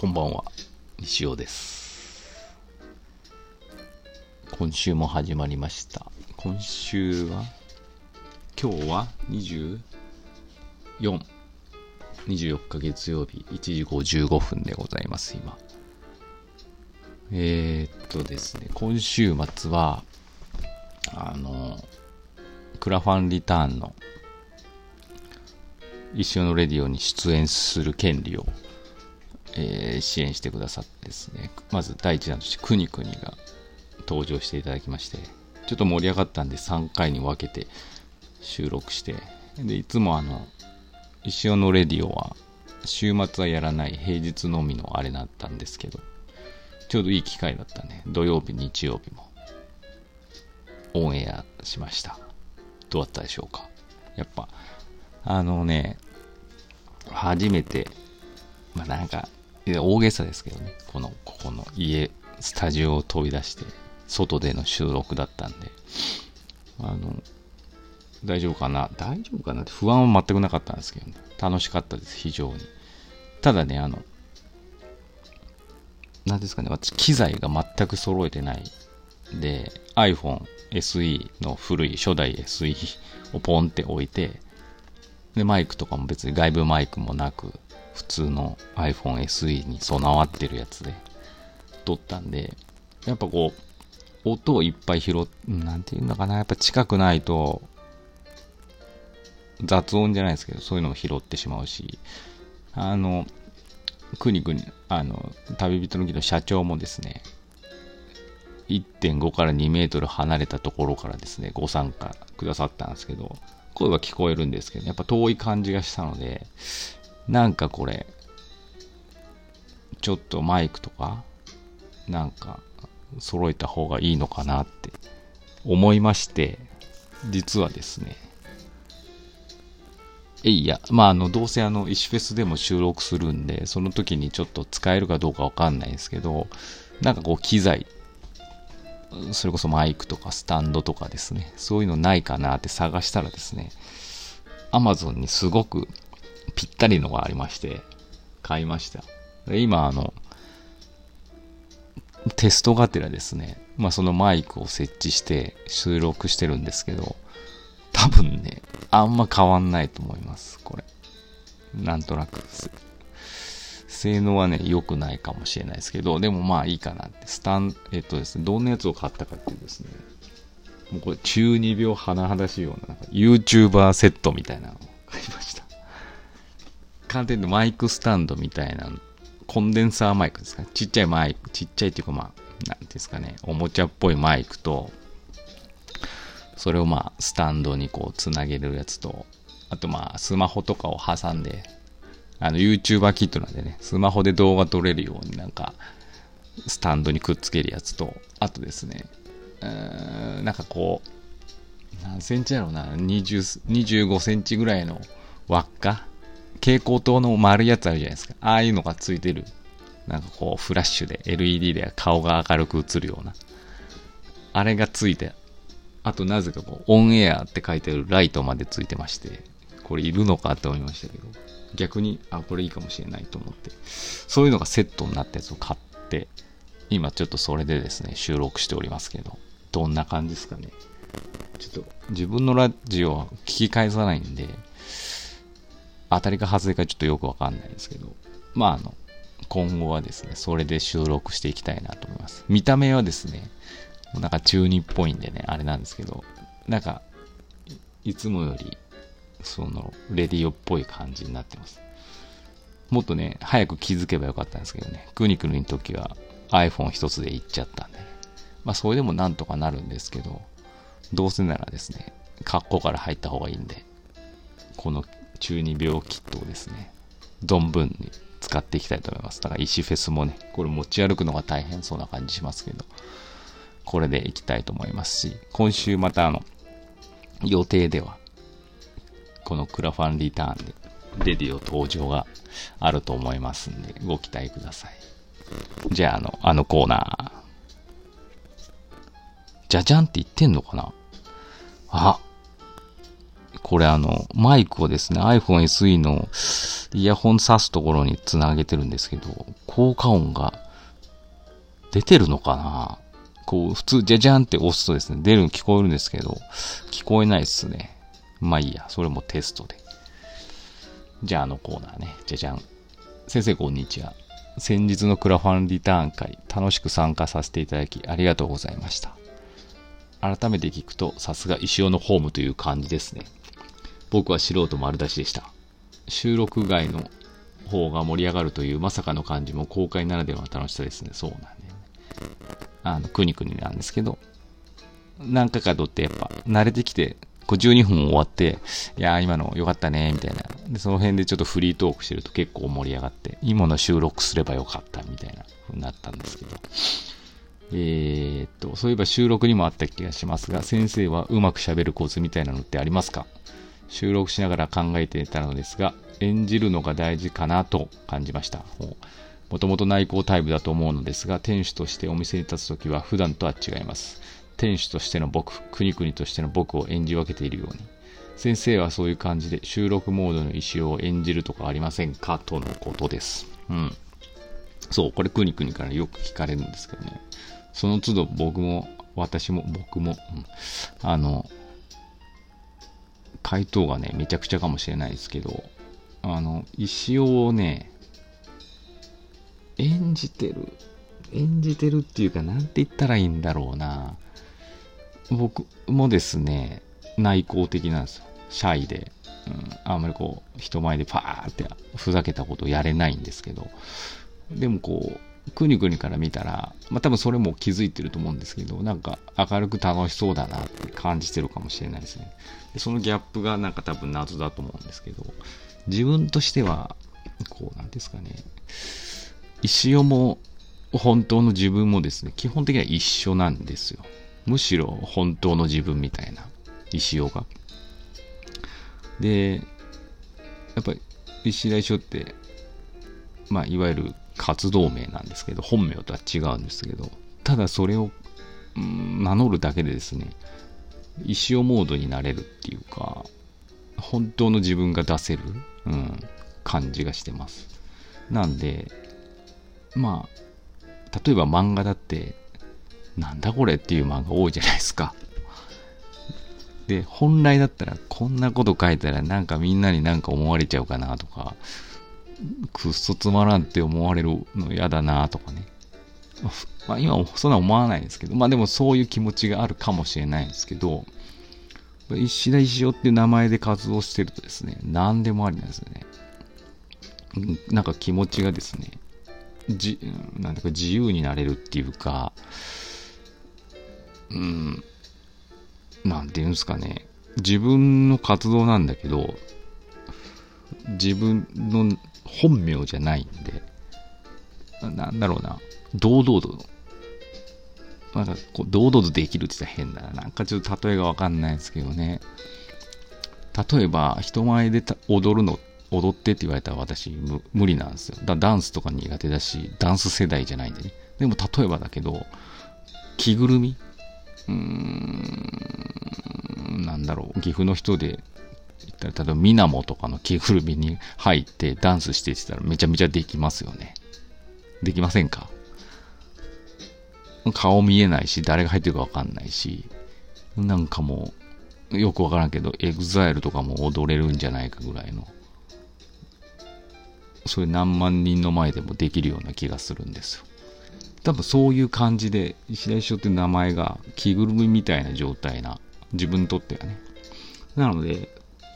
こんばんは、西尾です。今週も始まりました。今日は24日月曜日1時55分でございます。今ですね、今週末はクラファンリターンの一緒のレディオに出演する権利を、支援してくださってですね、まず第一弾としてくにくにが登場していただきまして、ちょっと盛り上がったんで3回に分けて収録して、でいつも一緒のレディオは週末はやらない平日のみのあれだったんですけど、ちょうどいい機会だったね。土曜日日曜日もオンエアしました。どうだったでしょうか。やっぱ初めて、なんか大げさですけどね、ここのスタジオを飛び出して外での収録だったんで、大丈夫かなって不安は全くなかったんですけどね、楽しかったです。非常に。ただね、何ですかね、私機材が全く揃えてないで、 iPhone SE の古い初代 SE をポンって置いて、でマイクとかも別に外部マイクもなく、普通の iPhone SE に備わってるやつで撮ったんで、やっぱこう音をいっぱいなんていうのかな、やっぱ近くないと雑音じゃないですけど、そういうのを拾ってしまうし、くにくに旅人の木の社長もですね、1.5 から2メートル離れたところからですねご参加くださったんですけど、声は聞こえるんですけど、やっぱ遠い感じがしたので、なんかこれちょっとマイクとかなんか揃えた方がいいのかなって思いまして、実はですね、どうせ石フェスでも収録するんで、その時にちょっと使えるかどうかわかんないですけど、なんかこう機材、それこそマイクとかスタンドとかですね、そういうのないかなって探したらですね、Amazon にすごくぴったりのがありまして買いました。で今テストがてらですね、そのマイクを設置して収録してるんですけど、多分ねあんま変わんないと思います。これなんとなく性能はね良くないかもしれないですけど、でもいいかなって。ですね、どんなやつを買ったかっていうですね、もうこれ中二病甚だしいような、YouTuber セットみたいなのを買いました。簡単にマイクスタンドみたいな、コンデンサーマイクですかね。ちっちゃいマイク、ちっちゃいっていうかなんていうんですかね、おもちゃっぽいマイクと、それをスタンドにこうつなげるやつと、あとスマホとかを挟んで、YouTuber キットなんでね、スマホで動画撮れるようにスタンドにくっつけるやつと、あとですね、なんかこう、何センチだろうな、25センチぐらいの輪っか、蛍光灯の丸いやつあるじゃないですか。ああいうのがついてる。なんかこう、フラッシュで LED で顔が明るく映るような。あれがついて、あとなぜかこう、オンエアって書いてあるライトまでついてまして、これいるのかって思いましたけど、逆に、これいいかもしれないと思って、そういうのがセットになったやつを買って、今ちょっとそれでですね、収録しておりますけど、どんな感じですかね。ちょっと自分のラジオは聞き返さないんで、当たりか外れかちょっとよくわかんないですけど、今後はですね、それで収録していきたいなと思います。見た目はですね、なんか中二っぽいんでね、あれなんですけど、なんか、いつもより、レディオっぽい感じになってます。もっとね、早く気づけばよかったんですけどね、くにくにの時は iPhone 一つで行っちゃったんでね。それでもなんとかなるんですけど、どうせならですね、カッコから入った方がいいんで、この中二病キットをですね、存分に使っていきたいと思います。だから石フェスもね、これ持ち歩くのが大変そうな感じしますけど、これでいきたいと思いますし、今週また予定では、このクラファンリターンでレディオ登場があると思いますんで、ご期待ください。じゃあコーナー、じゃじゃんって言ってんのかな。 これマイクをですね、iPhone SE のイヤホン挿すところにつなげてるんですけど、効果音が出てるのかな？こう、普通、じゃじゃんって押すとですね、出るの聞こえるんですけど、聞こえないっすね。まあいいや、それもテストで。じゃあコーナーね、じゃじゃん。先生こんにちは。先日のクラファンリターン会、楽しく参加させていただきありがとうございました。改めて聞くと、さすが石尾のホームという感じですね。僕は素人丸出しでした。収録外の方が盛り上がるというまさかの感じも公開ならではの楽しさですね。そうなんだよね。くにくになんですけど、何回か撮ってやっぱ慣れてきて、こう12分終わって、いやー今の良かったねみたいな。で、その辺でちょっとフリートークしてると結構盛り上がって、今の収録すればよかったみたいな風になったんですけど。そういえば収録にもあった気がしますが、先生はうまく喋るコツみたいなのってありますか？収録しながら考えていたのですが、演じるのが大事かなと感じました。もともと内向タイプだと思うのですが、店主としてお店に立つときは普段とは違います。店主としての僕、国々としての僕を演じ分けているように。先生はそういう感じで収録モードの石を演じるとかありませんかとのことです。うん。そう、これ国々からよく聞かれるんですけどね。その都度僕も、回答がね、めちゃくちゃかもしれないですけど、石尾をね、演じてるっていうか、なんて言ったらいいんだろうな。僕もですね、内向的なんですよ。シャイで。あんまりこう、人前でパーってふざけたことをやれないんですけど、でもこう、くにくにから見たら、まあ多分それも気づいてると思うんですけど、なんか明るく楽しそうだなって感じてるかもしれないですね。でそのギャップがなんか多分謎だと思うんですけど、自分としては、こうなんですかね、石尾も本当の自分もですね、基本的には一緒なんですよ。むしろ本当の自分みたいな、石尾が。で、やっぱり石田石尾って、まあいわゆる活動名なんですけど、本名とは違うんですけど、ただそれを、名乗るだけでですね、石尾モードになれるっていうか、本当の自分が出せる、感じがしてます。なんで、まあ、例えば漫画だって、なんだこれっていう漫画多いじゃないですか。で、本来だったらこんなこと書いたらなんかみんなになんか思われちゃうかなとか、くっそつまらんって思われるの嫌だなとかね。まあ今はそんな思わないんですけど、まあでもそういう気持ちがあるかもしれないんですけど、石田石尾っていう名前で活動してるとですね、何でもありなんですよね。なんか気持ちがですね、なんだか自由になれるっていうか、なんていうんですかね、自分の活動なんだけど、自分の本名じゃないんで、なんだろうな、堂々と、なんかこう堂々とできるって言ったら変だな。なんかちょっと例えがわかんないですけどね。例えば、人前で踊ってって言われたら私無理なんですよ。ダンスとか苦手だし、ダンス世代じゃないんでね。でも例えばだけど、着ぐるみなんだろう、岐阜の人で言ったら、例えばみなもとかの着ぐるみに入ってダンスしてって言ったらめちゃめちゃできますよね。できませんか？顔見えないし、誰が入ってるかわかんないし、なんかもう、よくわからんけど、エグザイルとかも踊れるんじゃないかぐらいの、それ何万人の前でもできるような気がするんですよ。多分そういう感じで、石田一生って名前が着ぐるみみたいな状態な、自分にとってはね。なので、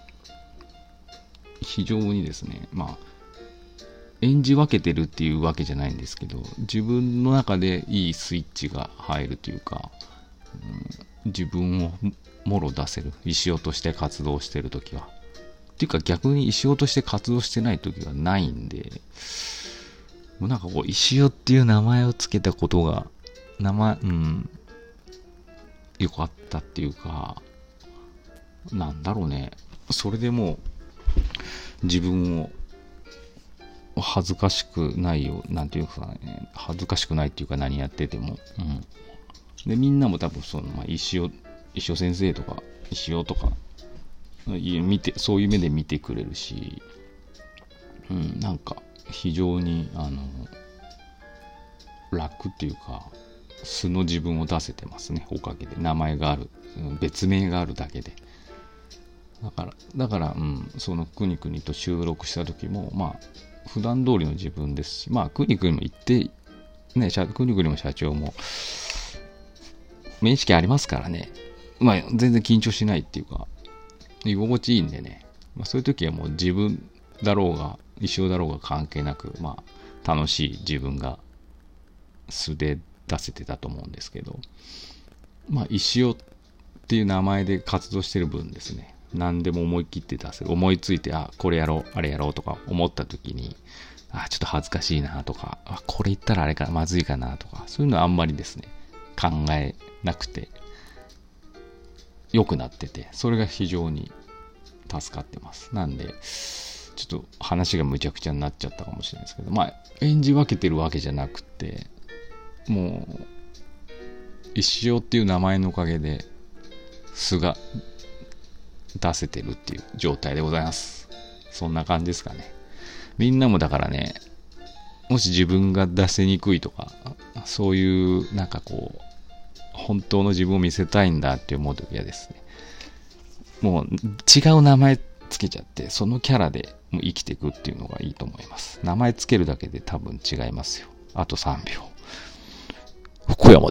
非常にですね、まあ、演じ分けてるっていうわけじゃないんですけど、自分の中でいいスイッチが入るというか、自分をもろ出せる。石尾として活動してるときは。っていうか逆に石尾として活動してないときはないんで、もうなんかこう、石尾っていう名前をつけたことが、よかったっていうか、なんだろうね。それでもう、自分を恥ずかしくないよ、なんていうかね、恥ずかしくないっていうか何やってても。で、みんなも多分石尾先生とか、石尾とか、 そういう目で見てくれるし、なんか非常に楽っていうか素の自分を出せてますね、おかげで。名前がある、別名があるだけで。だから、そのくにくにと収録した時も普段通りの自分ですし、くにくにも言ってね、くにくにも社長も面識ありますからね、全然緊張しないっていうか居心地いいんでね、そういう時はもう自分だろうが一生だろうが関係なく、楽しい自分が素で出せてたと思うんですけど、石尾っていう名前で活動してる分ですね、何でも思い切って出せる。思いついてこれやろうあれやろうとか思った時にちょっと恥ずかしいなとかこれ言ったらあれかまずいかなとか、そういうのはあんまりですね考えなくて良くなってて、それが非常に助かってます。なんでちょっと話がむちゃくちゃになっちゃったかもしれないですけど、演じ分けてるわけじゃなくて、もう石尾っていう名前のおかげで素が出せてるっていう状態でございます。そんな感じですかね。みんなもだからね、もし自分が出せにくいとか、そういう本当の自分を見せたいんだって思うときはですね、もう違う名前つけちゃってそのキャラでもう生きていくっていうのがいいと思います。名前つけるだけで多分違いますよ。あと3秒。福山